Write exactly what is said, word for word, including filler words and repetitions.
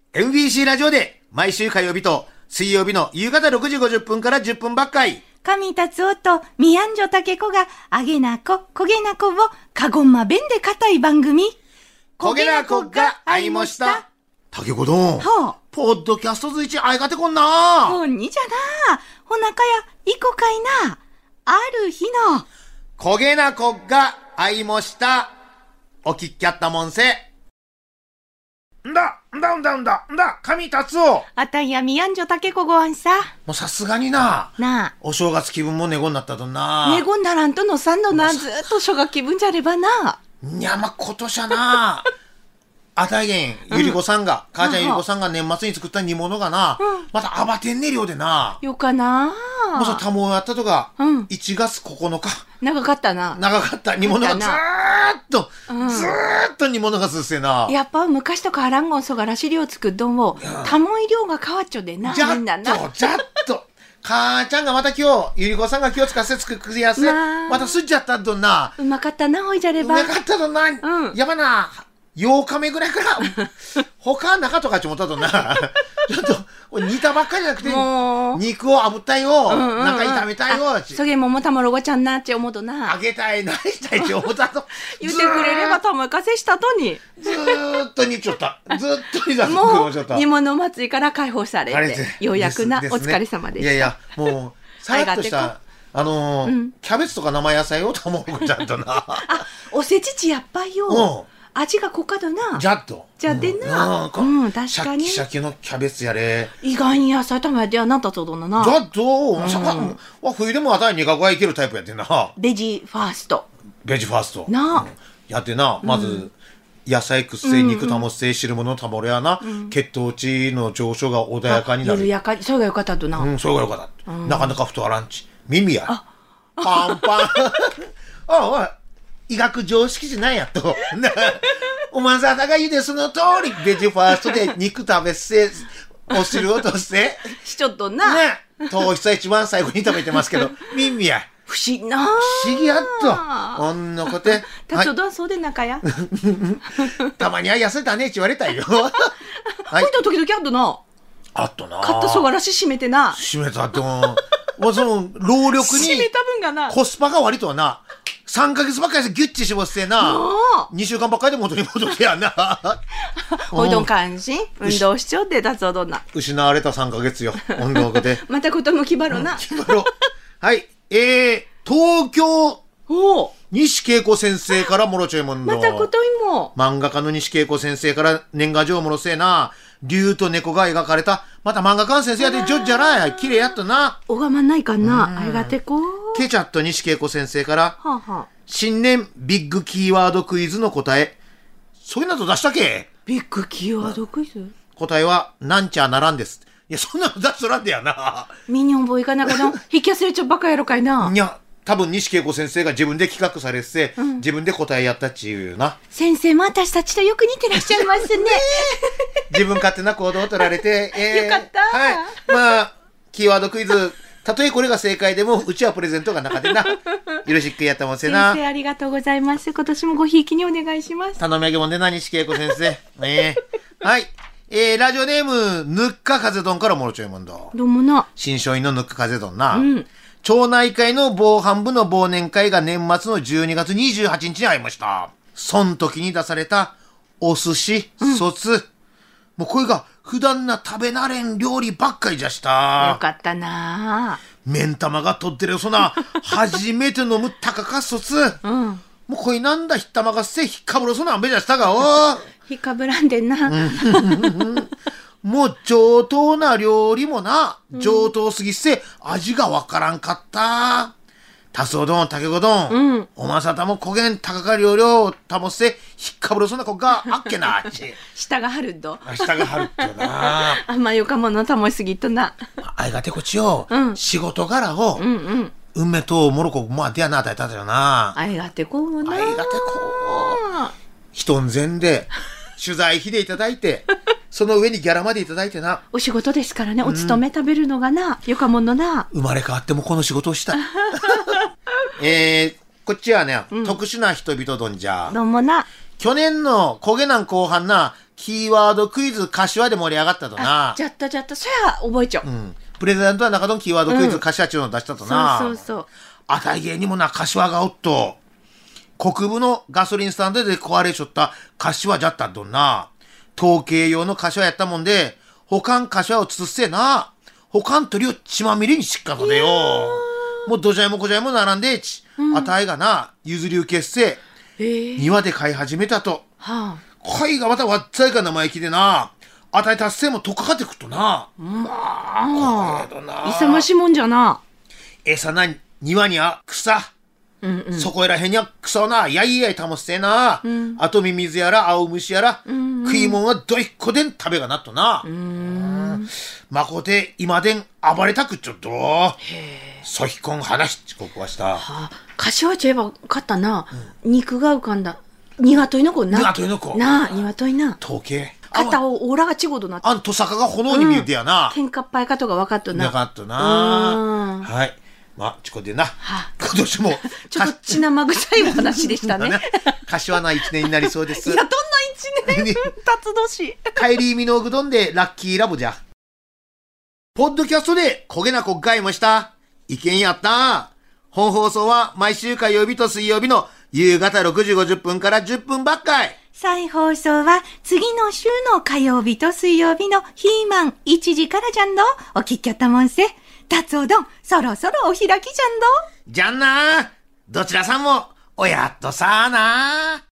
エムビーシー ラジオで毎週火曜日と水曜日の夕方ろくじごじゅっぷんからじゅっぷんばっかり。 上達夫と宮女竹子があげなこ、こげなこをかごんま弁で固い番組。 こげなこが会いました。竹子どん。 はあ。 ポッドキャストずいちあいがてこんな。 ほんにじゃな。ほなかや、いこかいな。ある日の。 こげなこが会いました。おきっきゃったもんせ。んだ、んだんだんだ、んだ、上達夫。 あたいや宮女竹子ごあんさ。 もうさすがにな。 なあ。 お正月気分も寝ごんなったとな。 寝ごんだらんとのさんのな、ずっと正月気分じゃればな。 にゃま今年はな。あたいげん、ゆりこさんが、うん、母ちゃんゆりこさんが年末に作った煮物がな、うん、またあばてんね量でな。 よかな。 もうさ、たもやったとか、 うん、 いちがつここのか。 長かったな。 長かった。煮物がずーっと、うん、ずーっと煮物がすせな。 やっぱ昔とかあらんごんそがらし量作っどんを、たもい量が変わっちょでな。 じゃっと、じゃっと。母ちゃんがまた今日、ゆりこさんが気をつかせ作りやすい。ま, またすっちゃったどんな。 うまかったな、おいじゃれば。 うまかったどんな。うん、やばな。ようかめぐらいから他中とかち思ったとなちょっと煮たばっかりじゃなくて肉を炙ったよ、うんうんうん、中炒めたよそげももたまろごちゃんなって思うとなあげたいなしたいって思ったと言ってくれればたまかせしたとにずーっと煮ちゃったずっと煮たもう煮物祭りから解放されてようやくな、ね、お疲れ様でした。 いやいやもうさらっとしたあのーうん、キャベツとか生野菜をたまごちゃんとなあおせちちやっぱいよ、うん味が濃かだな。 じゃっと。 じゃでな。うん、うん、確かに。 シャキシャキのキャベツやれ。 意外に野菜たまやではなったとどんなな。 じゃっと、うん、さか、わ、冬でもあたりにががいけるタイプやってな。 ベジファースト。 ベジファースト。 な、 うん、やってな、まず、うん、野菜くっせ、肉たもせ、汁物たもれやな、うん、血糖値の上昇が穏やかになる。 緩やかに、それがよかったとな。 うん、それがよかった。うん、なかなか太あらんち。耳や。あパンパン。あ、おい。医学常識じゃないやと。おまさたが言うてその通り、ベジファーストで肉食べせ、お汁をとして。 しちょっとな。 ね。糖質は一番最後に食べてますけど、耳や。 不思議な。 不思議やっと。おんのこて。 たちょどはそうでなかや。 たまには痩せたねって言われたよ。 はい。ほんと時々あっとな。 あっとな。 買ったそがらし締めてな。 締めたと。もうその、労力に。 締めた分がな。 コスパが割とはな。さんかげつばっかりでギュッチ絞ってな。にしゅうかんばっかりで元に戻ってやな。 ほいどん関心運動しちょってたぞどんな。 失われたさんかげつよ。運動で。 またこともきばろな。 きばろ。はい。えー、東京。西恵子先生からもろちょいもんの。 またこといも。 漫画家の西恵子先生から年賀状もろせえな。竜と猫が描かれた。また漫画家の先生やで、ジョッジャラや。綺麗やったな。 おがまんないかな。ありがてこ。 ケチャット西恵子先生から、 はあはあ、 新年ビッグキーワードクイズの答え。そういうのと出したっけ？ ビッグキーワードクイズ？ 答えは、なんちゃならんです。いや、そんなの出しとらんでやな。 ミニョンボーイかなんかの、引き忘れちゃばっかやろかいな。 いや、多分西恵子先生が自分で企画されて、うん、自分で答えやったっちゅうな。 先生も私たちとよく似てらっしゃいますね。 自分勝手な行動を取られて、 えー、よかった。 はい。まあ、キーワードクイズ、たとえこれが正解でも、うちはプレゼントが中でな。よろしくやったもんせな。 先生ありがとうございます。今年もごひいきにお願いします。 頼み上げもんでな、西恵子先生。ねはい。えー、ラジオネーム、ぬっか風丼からもろちょいもんだ。 どうもな。 新松院のぬっか風丼な。 うん。 町内会の防犯部の忘年会が年末のじゅうにがつにじゅうはちにちにありました。そん時に出されたお寿司、そつ、うん、もうこれが普段な食べ慣れん料理ばっかりじゃした。 よかったな。 目ん玉が取ってるそな初めて飲む高かそつ、うん、もうこれなんだひったまがせひっかぶろそなあんべじゃしたがおひっかぶらんでんな。 もう上等な料理もな、上等すぎせ、味がわからんかった。たそ丼、たけご丼、うん、おまさたもこげん高か料理をたもせ、ひっかぶろそな子があっけな。 下がはるっど。 下がはるっとな。 あんまよかものたもしすぎとな。 あいがてこちよ、うん、仕事柄を、うんうん、梅ともろこまあ出やなあたいたよな。 あいがてこもな。 あいがてこ。人んぜんで、取材費でいただいて、その上にギャラまでいただいてな。 お仕事ですからね、お勤め食べるのがな、よかもんのな。 生まれ変わってもこの仕事をしたい。えー、こっちはね、うん、特殊な人々どんじゃ。 どうもな。 去年の焦げなん後半な、 キーワードクイズ柏で盛り上がったとな。 じゃったじゃった。そや、覚えちゃう。 うん。プレゼントは中のキーワードクイズ柏中の出したとな。 そうそうそう。 あたい芸にもな、柏がおっと。国部のガソリンスタンドで壊れちょった柏じゃったどんな。統計用の柏やったもんで、保管柏をつつせな。保管取りを血まみれにしっかとでよ。もうどじゃいもこじゃいも並んでち。うん、あたいがな、譲り受けっせ。庭で飼い始めたと。はあ、貝がまたわっざいか生意気でな。あたい達成もとっかかってくっとな。まあ。勇ましいもんじゃな。 餌な、庭には草。うんうん、そこいらへんには草をな、やいやい保つせな。うん、あとミミズやら青虫やら、うんうん、食いもんはどいっこでん食べがなっとな。うん、まこで今でん暴れたくっちょっと。そひこん話ちここはした。はあ、柏ちゃえば勝ったな、うん。肉が浮かんだ。鶏の子な。 鶏の子。 なあ、鶏な。 統計。 肩をオーラがちごとなって。 あんと坂が炎に見えてやな。 うん、喧嘩っぱいかとが分かっとな。 分かっとな。はい。まあ、ちこでな。はあ、今年も。 ちょっと血生臭いお話でしたね。 柏な一年になりそうです。 いや、どんな一年辰年。 帰り身のうどんでラッキーラボじゃ。ポッドキャストで焦げな国会もした。意見やった。本放送は毎週火曜日と水曜日の夕方ろくじごじゅっぷんからじゅっぷんばっかい。 再放送は次の週の火曜日と水曜日のヒーマンいちじからじゃんど。お聞きやったもんせ。達おどん、そろそろお開きじゃんど。 じゃんな。どちらさんも、おやっとさあな。